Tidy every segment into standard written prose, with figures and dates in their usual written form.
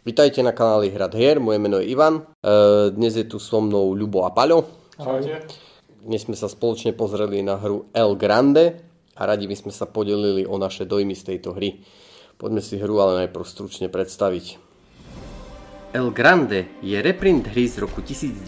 Vitajte na kanáli Hrad hier, moje meno je Ivan. Dnes je tu so mnou Ľubo a Paľo. Ahojte. Dnes sme sa spoločne pozreli na hru El Grande a radi by sme sa podelili o naše dojmy z tejto hry. Poďme si hru ale najprv stručne predstaviť. El Grande je reprint hry z roku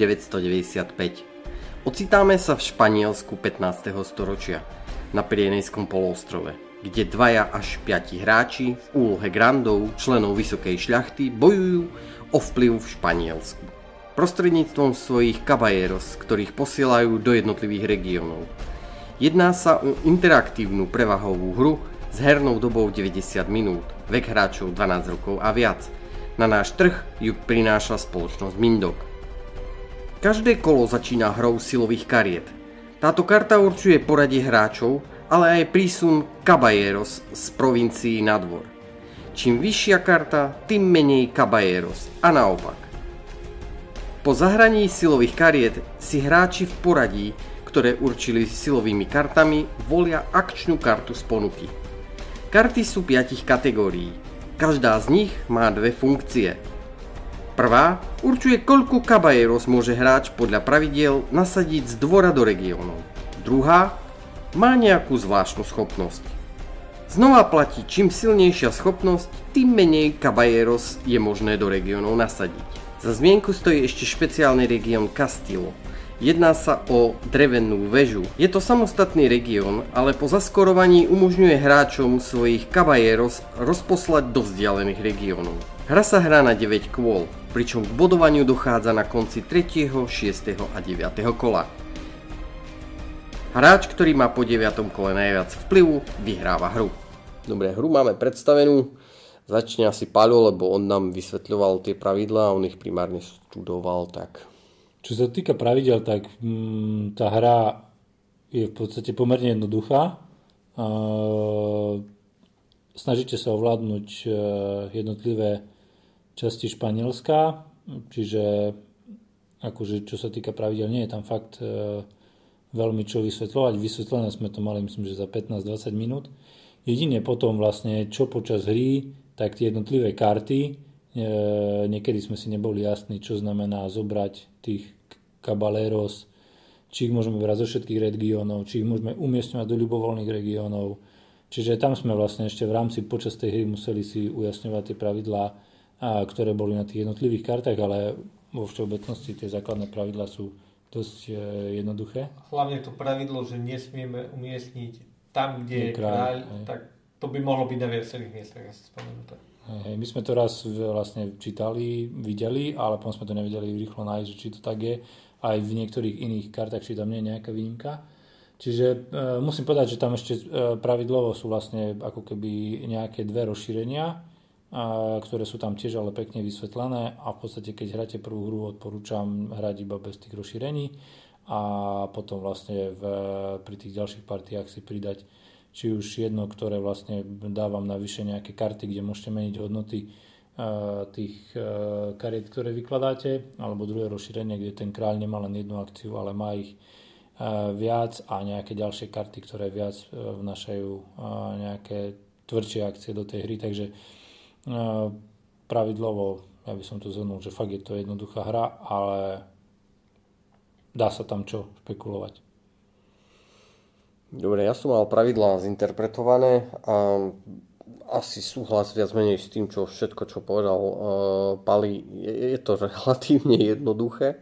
1995. Ocitáme sa v Španielsku 15. storočia na Pyrenejskom poloostrove, kde 2 až 5 hráči v úlohe grandov, členov vysokej šľachty, bojujú o vplyv v Španielsku prostredníctvom svojich caballeros, ktorých posielajú do jednotlivých regiónov. Jedná sa o interaktívnu prevahovú hru s hernou dobou 90 minút, vek hráčov 12 rokov a viac. Na náš trh ju prináša spoločnosť Mindok. Každé kolo začína hrou silových kariet. Táto karta určuje poradie hráčov, ale aj prísun caballeros z provincií na dvor. Čím vyššia karta, tým menej caballeros a naopak. Po zahraní silových kariet si hráči v poradí, ktoré určili silovými kartami, volia akčnú kartu z ponuky. Karty sú 5 kategórií. Každá z nich má 2 funkcie. Prvá určuje, koľko caballeros môže hráč podľa pravidiel nasadiť z dvora do regiónov. Druhá má nejakú zvláštnu schopnosť. Znova platí, čím silnejšia schopnosť, tým menej caballeros je možné do regiónov nasadiť. Za zmienku stojí ešte špeciálny región Castillo. Jedná sa o drevenú väžu. Je to samostatný región, ale po zaskorovaní umožňuje hráčom svojich caballeros rozposlať do vzdialených regiónov. Hra sa hrá na 9 kôl, pričom k bodovaniu dochádza na konci 3., 6. a 9. kola. Hráč, ktorý má po 9. kole najviac vplyvu, vyhráva hru. Dobre, hru máme predstavenú. Začne asi Paľo, lebo on nám vysvetľoval tie pravidlá a on ich primárne študoval. Tak. Čo sa týka pravidel, tak tá hra je v podstate pomerne jednoduchá. Snažíte sa ovládnuť jednotlivé časti Španielska, čiže akože čo sa týka pravidel, nie je tam fakt veľmi čo vysvetľovať. Vysvetlené sme to mali, myslím, že za 15-20 minút. Jedine potom vlastne, čo počas hry, tak tie jednotlivé karty, niekedy sme si neboli jasní, čo znamená zobrať tých caballeros, či ich môžeme brať zo všetkých regiónov, či ich môžeme umiestňovať do ľubovoľných regiónov. Čiže tam sme vlastne ešte v rámci počas tej hry museli si ujasňovať tie pravidlá, ktoré boli na tých jednotlivých kartách, ale vo všeobecnosti tie základné pravidlá sú dosť jednoduché. Hlavne to pravidlo, že nesmieme umiestniť tam, kde je kráľ, tak to by mohlo byť na viacerých miestach, asi spomenuté. My sme to raz vlastne čítali, videli, ale potom sme to nevedeli rýchlo nájsť, či to tak je. Aj v niektorých iných kartách, či tam nie je nejaká výnimka. Čiže musím povedať, že tam ešte pravidlovo sú vlastne ako keby nejaké 2 rozšírenia, ktoré sú tam tiež ale pekne vysvetlené a v podstate keď hráte prvú hru, odporúčam hrať iba bez tých rozšírení a potom vlastne pri tých ďalších partiách si pridať či už jedno, ktoré vlastne dávam navyše nejaké karty, kde môžete meniť hodnoty tých kariet, ktoré vykladáte, alebo druhé rozšírenie, kde ten kráľ nemá len jednu akciu, ale má ich viac a nejaké ďalšie karty, ktoré viac vnašajú nejaké tvrdšie akcie do tej hry, takže pravidlovo, ja by som to zhrnul, že fakt je to jednoduchá hra, ale dá sa tam čo špekulovať. Dobre, ja som mal pravidlá zinterpretované a asi súhlas viac menej s tým, čo všetko, čo povedal Pali. Je to relatívne jednoduché.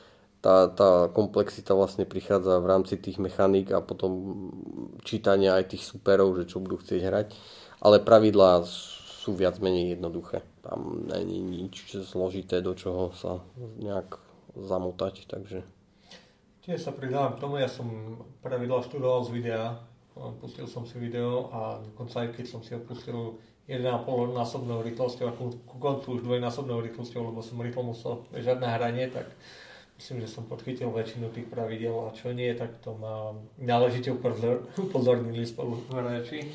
Tá komplexita vlastne prichádza v rámci tých mechaník a potom čítania aj tých superov, že čo budú chcieť hrať. Ale pravidlá sú viac menej jednoduché. Tam není nič zložité, do čoho sa nejak zamotať, takže... Tiež sa pridávam k tomu, ja som pravidla študoval z videa, pustil som si video a dokonca aj keď som si ho pustil 1,5 násobnou rýchlosťou a ku koncu už 2-násobnou rýchlosťou, lebo som rýchlo musel bežať na hranie, tak myslím, že som podchytil väčšinu tých pravidel a čo nie, tak to ma náležite upozornili spoluhráči.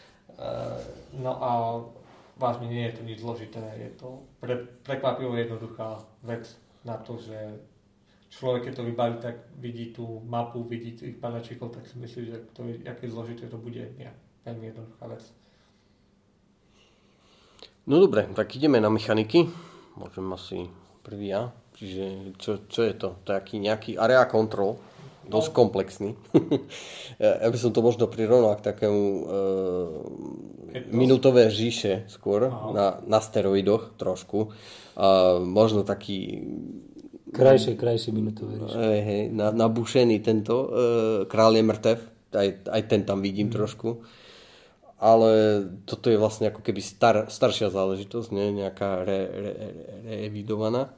No a vážne nie je to nič zložité, je to prekvapivo jednoduchá vec na to, že človek, keď to vybaví, tak vidí tú mapu, vidí tých panačikov, tak si myslí, že to je, aké zložité to bude. Nie, veľmi jednoduchá vec. No dobre, tak ideme na mechaniky. Môžem asi prvý ja. Čiže čo je to? To je nejaký area control. Dosť komplexný. Ja by som to možno prirovnal k takému minútové říše skôr na steroidoch trošku. Možno taký krajšie minútové říše. Nabušený tento Král je mŕtev. Aj ten tam vidím trošku. Ale toto je vlastne ako keby staršia záležitosť, nie? Nejaká reevidovaná.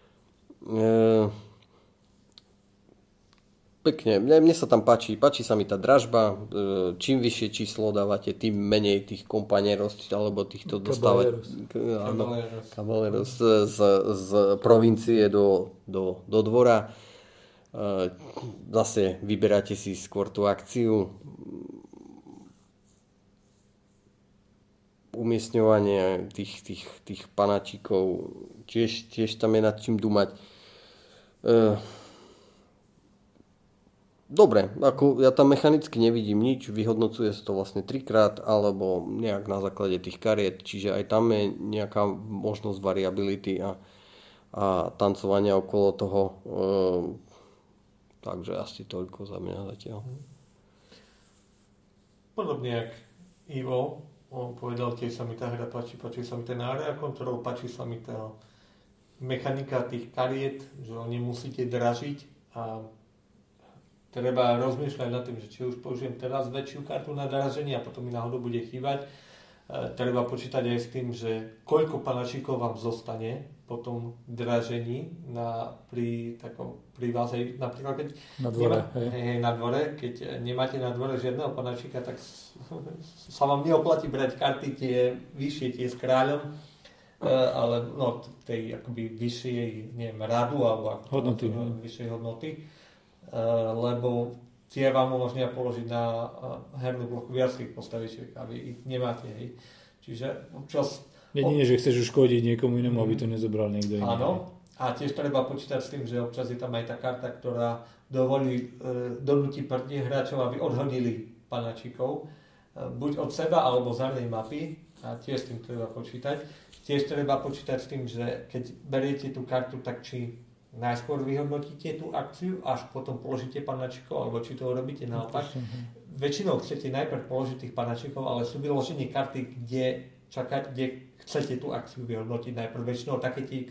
Pekne, mne sa tam páči sa mi tá dražba, čím vyššie číslo dávate, tým menej tých kompanieros, alebo týchto dostávať Caballeros z provincie do dvora. Zase vyberáte si skôr tú akciu. Umiestňovanie tých panačíkov, tiež tam je nad čím dumať. Dobre, ako ja tam mechanicky nevidím nič, vyhodnocuje sa to vlastne 3-krát, alebo nejak na základe tých kariet, čiže aj tam je nejaká možnosť variability a tancovania okolo toho. Takže asi toľko za mňa zatiaľ. Podobne jak Ivo, on povedal, tiež sa mi tá hra páči sa mi ten area control, páči sa mi tá mechanika tých kariet, že ho nemusíte dražiť a treba rozmýšľať nad tým, že či už použijem teraz väčšiu kartu na draženie a potom mi náhodou bude chýbať. Treba počítať aj s tým, že koľko panačíkov vám zostane po tom dražení pri vás aj napríklad keď na dvore, keď nemáte na dvore žiadneho panačíka, tak sa vám neoplatí brať karty tie vyššie, tie s kráľom, ale no tej akoby vyššej, neviem, radu alebo hodnoty, vyššej hodnoty, lebo tie vám umožnia položiť na hernú plochu viac tých postavičiek a vy ich nemáte, hej. Čiže občas jedine, že chceš uškodiť niekomu inému, aby to nezobral niekto iný. Áno, a tiež treba počítať s tým, že občas je tam aj tá karta, ktorá donúti hráčov, aby odhodili panačíkov, buď od seba, alebo z hernej mapy, a tiež s tým treba počítať. Tiež treba počítať s tým, že keď beriete tú kartu, tak či najskôr vyhodnotíte tú akciu, až potom položíte panačíkov, alebo či to robíte naopak. Väčšinou chcete najprv položiť tých panačíkov, ale sú vyložené karty, kde chcete tú akciu vyhodnotiť najprv. Väčšinou také tí,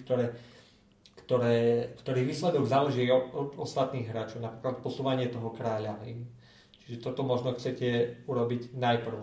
ktorých výsledok záleží od ostatných hráčov, napríklad posúvanie toho kráľa. Čiže toto možno chcete urobiť najprv.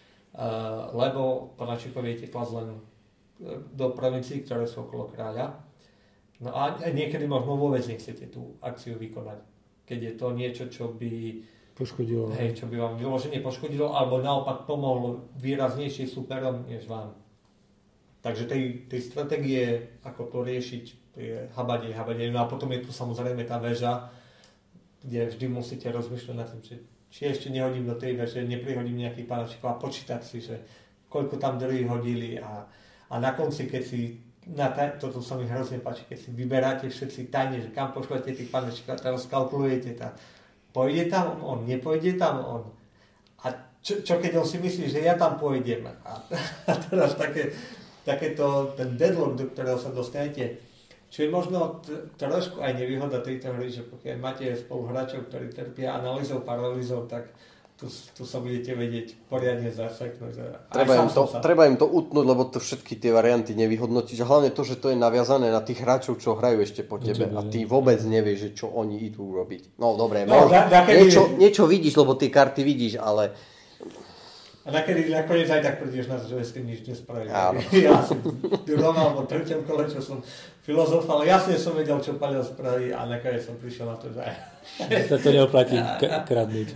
Lebo panačíkov viete klasť len do provincií, ktoré sú okolo kráľa. No a niekedy možno vôbec nechcete tú akciu vykonať. Keď je to niečo, čo by poškodilo. Čo by vám vyloženie poškodilo, alebo naopak pomohlo výraznejšie superom než vám. Takže tej stratégie, ako to riešiť, je habadej. No a potom je tu samozrejme tá väža, kde vždy musíte rozmýšľať nad tým, či ešte nehodím do tej väže, neprihodím nejaký panačík a počítať si, že koľko tam druhý hodili a na konci, keď si toto sa mi hrozne páči, keď si vyberáte všetci tajne, že kam pošlete tých panačíkov a teraz kalkulujete tam. Pôjde tam on, nepôjde tam on. A čo keď on si myslí, že ja tam pôjdem? A teraz takéto, ten deadlock, do ktorého sa dostanete, čo je možno trošku aj nevýhoda tejto hry, že pokiaľ máte spoluhráčov, ktorí trpia analýzou, paralýzou, tak tu sa budete vedieť poriadne zaseknúť. Treba im to utnúť, lebo to všetky tie varianty nevyhodnotíš. A hlavne to, že to je naviazané na tých hráčov, čo hrajú ešte po tebe. A ty vôbec nevieš, že čo oni idú robiť. No dobre, niečo vidíš, lebo tie karty vidíš, ale... A nakoniec aj tak prídeš na to, že s tým nič nespravíš. Ja som v druhom alebo treťom kole, čo som filozofal, jasne som vedel, čo Paľo spraví a nakoniec som prišiel na to, že... sa to neoplatí kradnúť.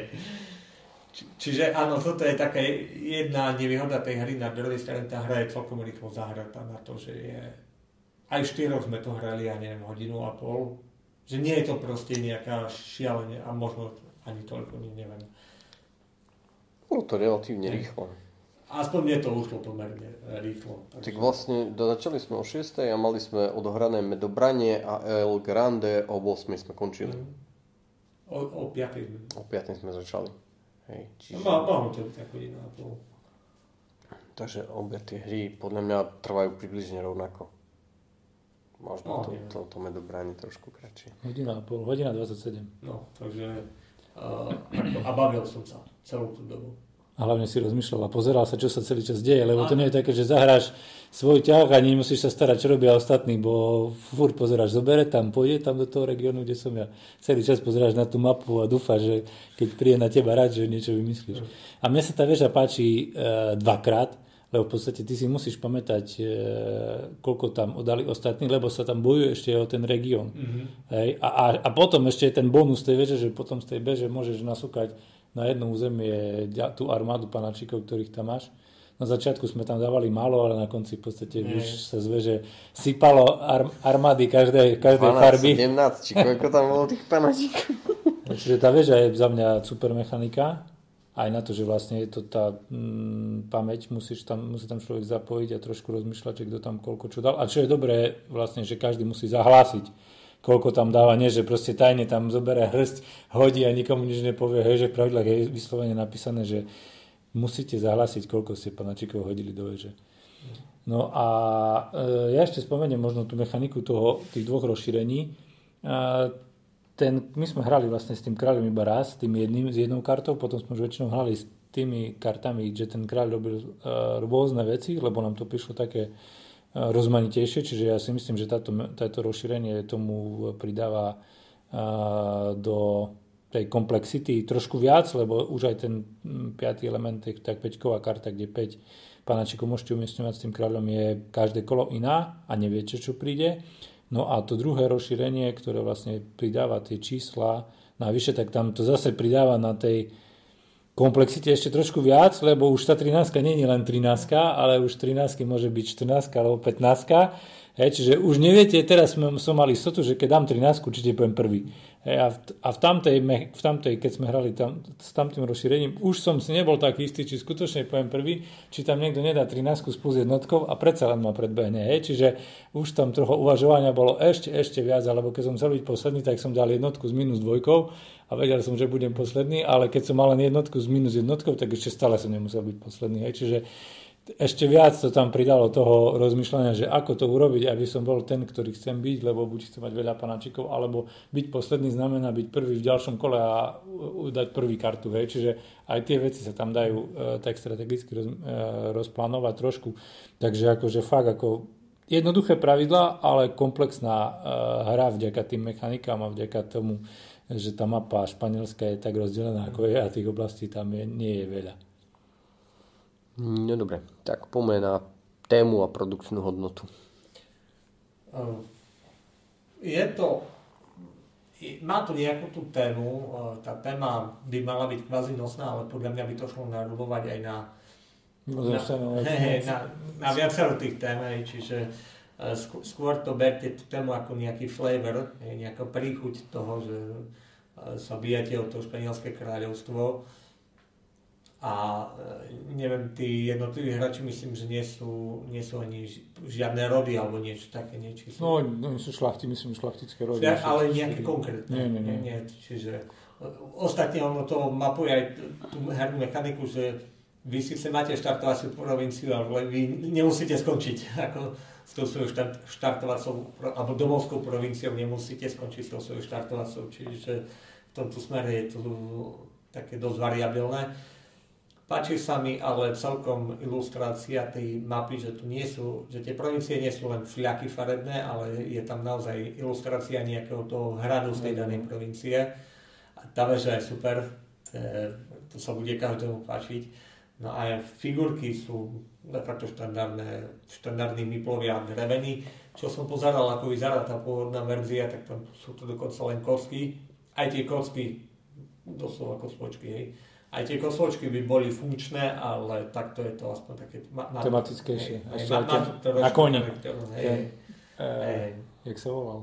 Čiže áno, toto je taká jedna nevýhoda tej hry. Na druhej strane tá hra je celkom rýchlo zahratá na to, že je... Aj v 4 sme to hrali, ja neviem, 1,5 hodinu. Že nie je to proste nejaká šialenie a možno ani toľko, neviem. Bolo to relatívne rýchlo. Aspoň mne to ušlo pomerne rýchlo. Tak vlastne začali sme o 6 a mali sme odohrané Medobranie a El Grande, o 8 sme končili. O 5 sme. O 5 sme začali. Hej, čiže... Mohlo to byť tak 1,5. Takže obe tie hry podľa mňa trvajú približne rovnako. Možno to medobráni trošku kratšie. Hodina a pol, hodina 27. No, takže a bavil som sa celú tú dobu. A hlavne si rozmýšľal a pozeral sa, čo sa celý čas deje, lebo to nie je také, že zahráš svoj ťah a nemusíš sa starať, čo robia ostatní, bo furt pozeráš, zobere tam, pôjde tam do toho regiónu, kde som ja. Celý čas pozeráš na tú mapu a dúfaš, že keď príde na teba rád, že niečo vymyslíš. A mne sa tá väža páči dvakrát, lebo v podstate ty si musíš pamätať, koľko tam oddali ostatní, lebo sa tam bojuje ešte o ten región. Hej? A potom ešte je ten bonus tej veže, že potom z tej veže môžeš nasúkať na jedno územie tú armádu panačikov, ktorých tam máš. Na začiatku sme tam dávali málo, ale na konci v podstate už sa z veže sypalo armády každej farby. 17, či koľko tam bolo tých panačikov. Čiže tá väža je za mňa super mechanika. Aj na to, že vlastne je to tá pamäť, musí tam človek zapojiť a trošku rozmýšľať, že kto tam koľko čo dal. A čo je dobré, vlastne, že každý musí zahlásiť, koľko tam dáva, nie, že proste tajne tam zoberie hrst, hodí a nikomu nič nepovie. Hej, že v pravidlách je vyslovene napísané, že musíte zahlásiť, koľko ste panačikov hodili do veže. No a ja ešte spomeniem možno tú mechaniku tých dvoch rozšírení. My sme hrali vlastne s tým kráľom iba raz, s jednou kartou, potom sme už väčšinou hrali s tými kartami, že ten kráľ robil rôzne veci, lebo nám to prišlo také rozmanitejšie, čiže ja si myslím, že táto rozšírenie tomu pridáva do tej komplexity trošku viac, lebo už aj ten 5. element, tak 5-ková karta, kde 5 panačikov môžete umiestňovať s tým kráľom, je každé kolo iná a neviete, čo príde. No a to druhé rozšírenie, ktoré vlastne pridáva tie čísla navyše, tak tam to zase pridáva na tej komplexite ešte trošku viac, lebo už tá 13 nie je len 13, ale už 13 môže byť 14 alebo 15. Čiže už neviete, teraz som mal istotu, že keď dám 13, určite poviem prvý. A v tamtej, keď sme hrali s tamtým rozšírením, už som si nebol tak istý, či skutočne poviem prvý, či tam niekto nedá 13 spolu s jednotkou a predsa len ma predbehne. Čiže už tam trochu uvažovania bolo ešte viac, alebo keď som chcel byť posledný, tak som dal jednotku s minus dvojkou a vedel som, že budem posledný, ale keď som mal len jednotku s minus jednotkou, tak ešte stále som nemusel byť posledný. Čiže ešte viac to tam pridalo toho rozmýšľania, že ako to urobiť, aby som bol ten, ktorý chcem byť, lebo buď chcem mať veľa panáčikov, alebo byť posledný znamená byť prvý v ďalšom kole a dať prvý kartu. Čiže aj tie veci sa tam dajú tak strategicky rozplánovať trošku. Takže akože fakt ako jednoduché pravidlá, ale komplexná hra vďaka tým mechanikám a vďaka tomu, že tá mapa španielská je tak rozdelená, ako je, a tých oblastí tam nie je veľa. No dobre, tak poďme na tému a produkčnú hodnotu. Má to nejakú tú tému, tá téma by mala byť kvázi nosná, ale podľa mňa by to šlo narulovať aj na viacero tých tém, čiže skôr to berte tú tému ako nejaký flavor, nejaká príchuť toho, že sa bijete o to španielské kráľovstvo. A neviem, tí jednotliví hráči myslím, že nie sú ani žiadne rody alebo niečo také, niečo sú. No, sú šlachtické rody. Ale nejaké konkrétne. Nie. Čiže ostatne ono to mapuje aj tú hernú mechaniku, že vy síce máte štartovaciu provinciu, ale vy nemusíte skončiť ako s tou svojou štartovacou alebo domovskou provinciou, nemusíte skončiť s tou svojou štartovacou. Čiže v tomto smere je to také dosť variabilné. Páči sa mi ale celkom ilustrácia tej mapy, že tu nie sú, že tie provincie nie sú len fľaky farebné, ale je tam naozaj ilustrácia nejakého toho hradu z tej danej provincie. A tá väža je super, to sa bude každému páčiť. No a figurky sú de facto štandardní miplovia drevení. Čo som pozeral, ako vyzerá tá pôvodná verzia, tak tam sú to dokonca len kocky. Aj tie kocky, doslova kospočky, hej. Aj tie kosločky by boli funkčné, ale takto je to aspoň také... tematickejšie. Na koni. Jak sa volal?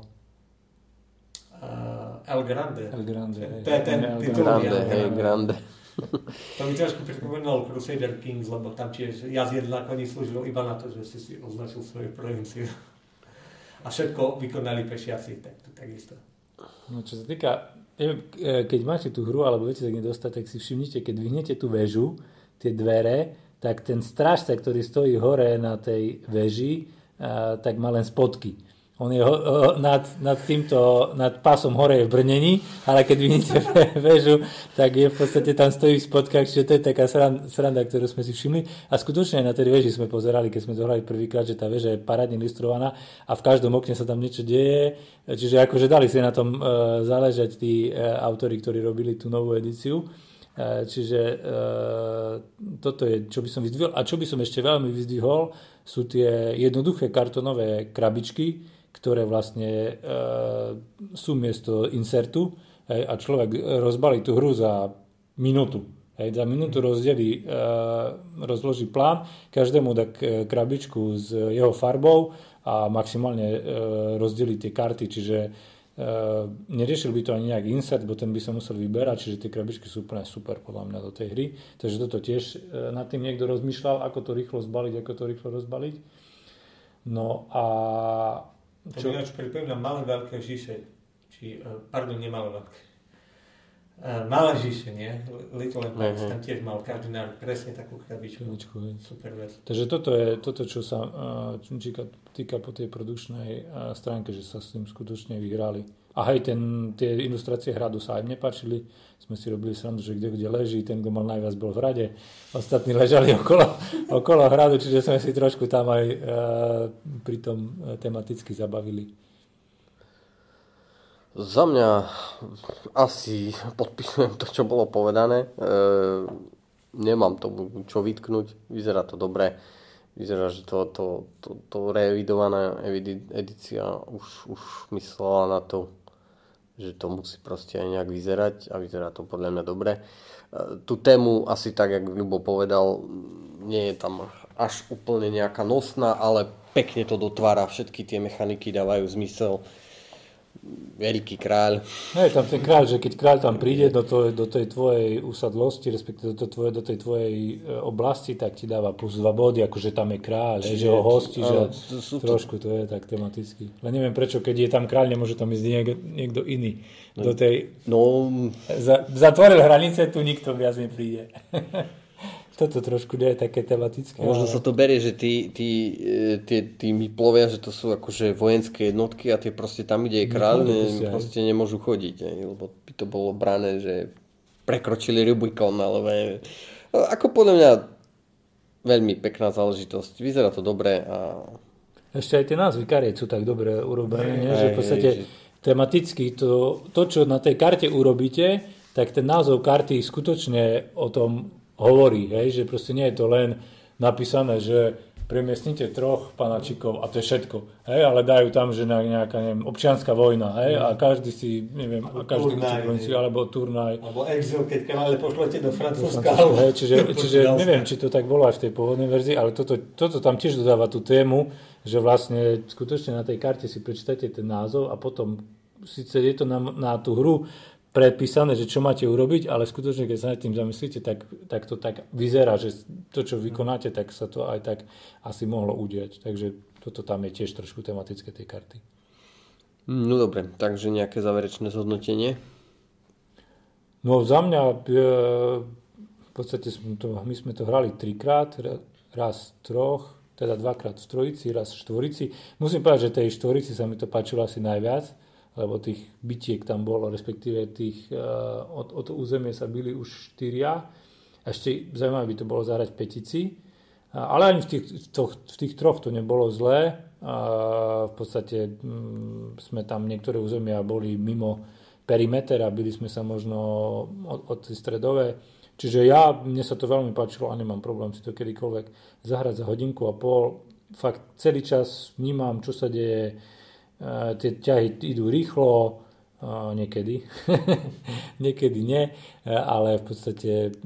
El Grande. To je ten titul. Grande. To mi trošku pripomenulo Crusader Kings, lebo tam tiež jazdiec na koni slúžil iba na to, že si označil svoju provinciu. A všetko vykonali pešiaci, tak to takisto. No čo sa týka... Keď máte tú hru alebo viete sa k nej dostať, tak si všimnite, keď vyhnete tú väžu, tie dvere, tak ten strážca, ktorý stojí hore na tej veži, tak má len spodky. On je nad pásom hore je v brnení, ale keď vidíte väžu, tak je v podstate tam stojí v spodkách, čiže to je taká sranda, ktorú sme si všimli. A skutočne na tej veži sme pozerali, keď sme to hrali prvýkrát, že tá väža je parádne ilustrovaná a v každom okne sa tam niečo deje. Čiže akože dali si na tom záležať tí autori, ktorí robili tú novú edíciu. Čiže toto je, čo by som vyzdvihol. A čo by som ešte veľmi vyzdvihol, sú tie jednoduché kartonové krabičky, ktoré vlastne sú miesto insertu, a človek rozbalí tú hru za minútu. Za minútu rozloží plán, každému dá krabičku s jeho farbou a maximálne rozdelí tie karty, čiže neriešil by to ani nejak insert, bo ten by sa musel vyberať, čiže tie krabičky sú úplne super podľa mňa do tej hry. Takže toto tiež nad tým niekto rozmýšľal, ako to rýchlo zbaliť, ako to rýchlo rozbaliť. No a to by ináč pripomína malé veľké žiše. Nie malé veľké. Malé žiše, nie? Little Empires, tam tiež mal každý národ presne takú krabičku. Super vec. Takže toto je toto, čo sa týka po tej produkčnej stránke, že sa s tým skutočne vyhrali. A hej, tie ilustrácie hradu sa aj mne páčili. Sme si robili srandu, že kde leží, ten, kto mal najviac, bol v hrade. Ostatní ležali okolo hradu, čiže sme si trošku tam aj pri tom tematicky zabavili. Za mňa asi podpisujem to, čo bolo povedané. Nemám tomu čo vytknúť. Vyzerá to dobre. Vyzerá, že to revidovaná edícia už myslela na to, že to musí proste aj nejak vyzerať a vyzerá to podľa mňa dobre. Tú tému asi tak, jak Ľubo povedal, nie je tam až úplne nejaká nosná, ale pekne to dotvára, všetky tie mechaniky dávajú zmysel. Veľký kráľ. No je tam ten kráľ, že keď kráľ tam príde do tej tvojej usadlosti, respektíve do tej tvojej oblasti, tak ti dáva plus 2 body, akože tam je kráľ, že ho hostí, že trošku to je tak tematicky. Len neviem prečo, keď je tam kráľ, nemôže tam ísť niekto iný. Do tej... No... Zatvoril hranice, tu nikto viac nepríde. Toto trošku nie je také tematické. Možno sa to berie, že tí plovia, že to sú akože vojenské jednotky a tie proste tam, kde je kráľ, proste nemôžu chodiť. Lebo by to bolo brané, že prekročili Rubikon, ale ako podľa mňa veľmi pekná záležitosť. Vyzerá to dobre. A... Ešte aj tie názvy kariet sú tak dobre urobené, že v podstate tematicky to, čo na tej karte urobíte, tak ten názov karty skutočne o tom hovorí, hej, že proste nie je to len napísané, že premiestnite 3 panačikov a to je všetko, hej, ale dajú tam, že nejaká, neviem, občianska vojna, hej, a každý si, neviem, a každý turnaj, alebo turnaj. Alebo exil, keď kráľe pošlete do Francúzska. Hej, čiže neviem, či to tak bolo aj v tej pôvodnej verzii, ale toto tam tiež dodáva tú tému, že vlastne skutočne na tej karte si prečítate ten názov a potom síce je to na tú hru predpísané, že čo máte urobiť, ale skutočne, keď sa nad tým zamyslíte, tak to tak vyzerá, že to, čo vykonáte, tak sa to aj tak asi mohlo udiať. Takže toto tam je tiež trošku tematické tej karty. No dobre, takže nejaké záverečné zhodnotenie? No za mňa v podstate my sme to hrali 3-krát, raz v 3, teda 2-krát v 3, raz v 4. Musím povedať, že tej 4 sa mi to páčilo asi najviac, lebo tých bitiek tam bolo, respektíve od územie sa bili už 4. Ešte zaujímavé by to bolo zahrať v 5. Ale ani v tých 3 to nebolo zlé. V podstate sme tam niektoré územia boli mimo perimeter a byli sme sa možno od tej stredové. Čiže mne sa to veľmi páčilo a nemám problém si to kedykoľvek zahrať za 1,5 hodiny. Fakt celý čas vnímam, čo sa deje. Tie ťahy idú rýchlo, niekedy, niekedy nie, ale v podstate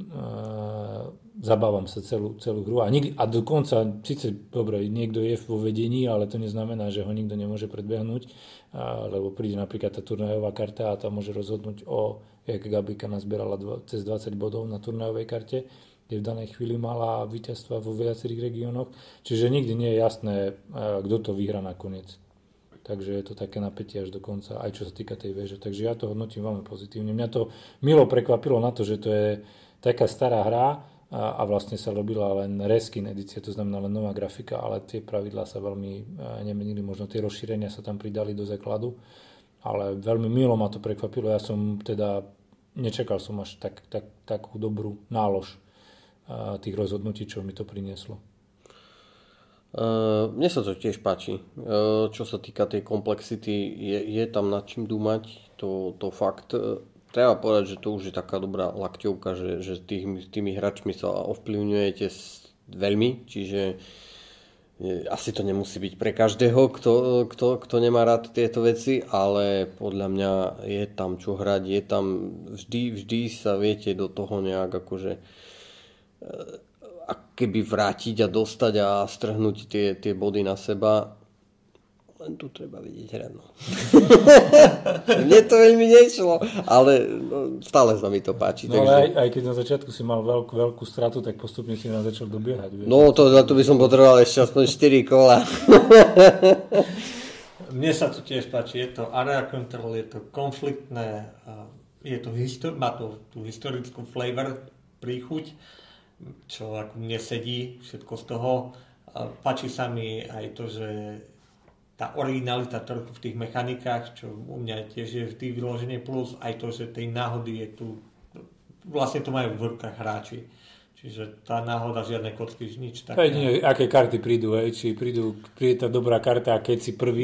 zabávam sa celú hru a dokonca, síce dobre, niekto je vo vedení, ale to neznamená, že ho nikto nemôže predbehnúť, lebo príde napríklad tá turnajová karta a tá môže rozhodnúť jak Gabika nazbierala cez 20 bodov na turnajovej karte, kde v danej chvíli mala víťazstva vo viacerých regiónoch, čiže nikdy nie je jasné, kto to vyhrá nakoniec. Takže je to také napätie až do konca, aj čo sa týka tej veže. Takže ja to hodnotím veľmi pozitívne. Mňa to milo prekvapilo na to, že to je taká stará hra a vlastne sa robila len reskin edícia, to znamená len nová grafika, ale tie pravidlá sa veľmi nemenili, možno tie rozšírenia sa tam pridali do základu, ale veľmi milo ma to prekvapilo, ja som teda nečakal som až takú dobrú nálož tých rozhodnutí, čo mi to prinieslo. Mne sa to tiež páči. Čo sa týka tej komplexity, je tam nad čím dúmať, to fakt. Treba povedať, že to už je taká dobrá lakťovka, že tými hračmi sa ovplyvňujete veľmi, čiže asi to nemusí byť pre každého, kto nemá rád tieto veci, ale podľa mňa je tam čo hrať, je tam vždy sa viete do toho nejak akože keby vrátiť a dostať a strhnúť tie body na seba. Len tu treba vidieť hrať. No. Mne to veľmi nešlo, ale stále sa mi to páči. No takže... ale aj keď na začiatku si mal veľkú stratu, tak postupne si nám začal dobiehať. Vieš? No to by som potreboval ešte aspoň 4 kola. Mne sa to tiež páči, je to area control, je to konfliktné, má to tú historickú flavor, príchuť, čo ako mne sedí všetko z toho. Páči sa mi aj to, že tá originalita trochu v tých mechanikách, čo u mňa tiež je vždy vyložené plus, aj to, že tej náhody je tu, vlastne to majú v rukách hráči. Čiže tá náhoda, žiadne kocky, nič také. Aj aké karty prídu, či príde tá dobrá karta a keď si prvý,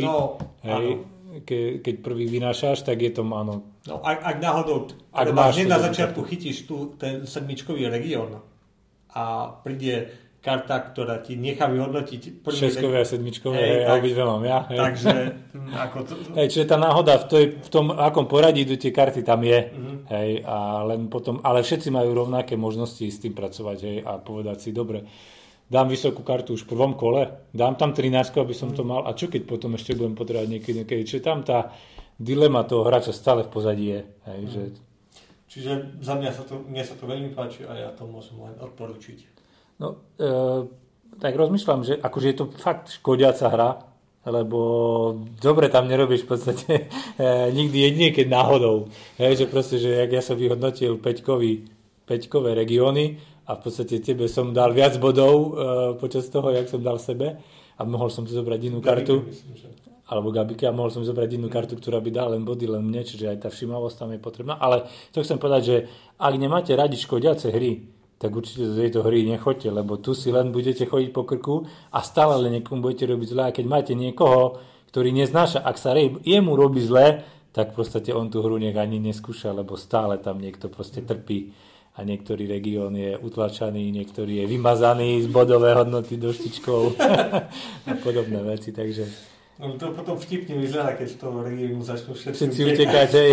keď prvý vynášaš, tak je to áno. No ak náhodou, hneď na začiatku chytíš ten sedmičkový región a príde karta, ktorá ti nechá vyhodnotiť šestkové a sedmičkové, obidve mám ja. Hej. Takže ako to... Čiže tá náhoda v tom, akom poradí idú tie karty, tam je. Hej, a len potom, ale všetci majú rovnaké možnosti s tým pracovať, hej, a povedať si, dobre, dám vysokú kartu už v prvom kole, dám tam 13, aby som to mal, a čo keď potom ešte budem potrebovať niekedy. Čiže tam tá dilema toho hráča stále v pozadí je. Hej, že... Čiže za mne sa to veľmi páči a ja to môžem len odporučiť. No, tak rozmýšľam, že akože je to fakt škodiaca hra, lebo dobre tam nerobíš v podstate nikdy jedine, keď náhodou. Hej, že proste, že jak ja som vyhodnotil 5-kové regióny a v podstate tebe som dal viac bodov počas toho, jak som dal sebe a mohol som si zobrať inú kartu. Alebo Gabike, a mohol som zobrať inú kartu, ktorá by dala len body, len mne, čiže aj tá všímavosť tam je potrebná. Ale to chcem povedať, že ak nemáte radi škodiace hry, tak určite do tejto hry nechoďte, lebo tu si len budete chodiť po krku a stále len niekomu budete robiť zle. A keď máte niekoho, ktorý neznáša, ak sa jemu robí zle, tak v podstate on tú hru nech ani neskúša, lebo stále tam niekto proste trpí a niektorý región je utlačaný, niektorý je vymazaný z bodové hodnoty doštičkou a podobné veci, takže... No to potom vtipne vyzerá, keď z toho regiónu začnú všetci utekať, hej.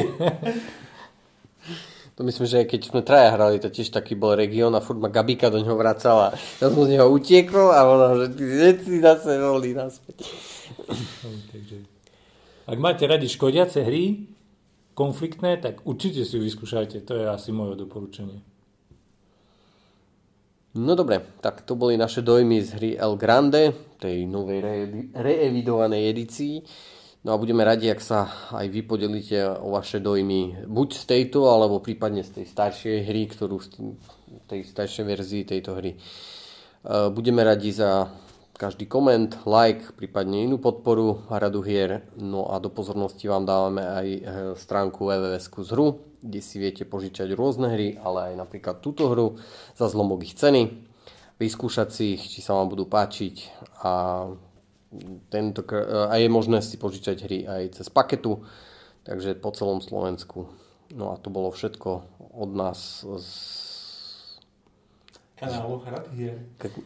To myslím, že keď sme traja hrali, to tiež taký bol región a furt ma Gabika do ňoho vracala. Ja som z neho utiekol a ona, že ty veci zase rolí naspäť. Ak máte radi škodiace hry, konfliktné, tak určite si ju vyskúšajte. To je asi moje doporučenie. No dobre, tak to boli naše dojmy z hry El Grande, tej novej reevidovanej edícii. No a budeme radi, ak sa aj vy podelíte o vaše dojmy buď z tejto, alebo prípadne z tej staršej hry, tej staršej verzii tejto hry. Budeme radi za každý koment, like, prípadne inú podporu Radu hier. No a do pozornosti vám dávame aj stránku www.skuzhru, kde si viete požičať rôzne hry, ale aj napríklad túto hru za zlomok ich ceny, vyskúšať si ich, či sa vám budú páčiť a je možné si požičať hry aj cez paketu, takže po celom Slovensku. No a to bolo všetko od nás z kanálu Hrad hier.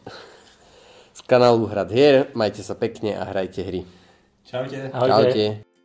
Z kanálu Hrad hier. Majte sa pekne a hrajte hry. Čaute. Čaute.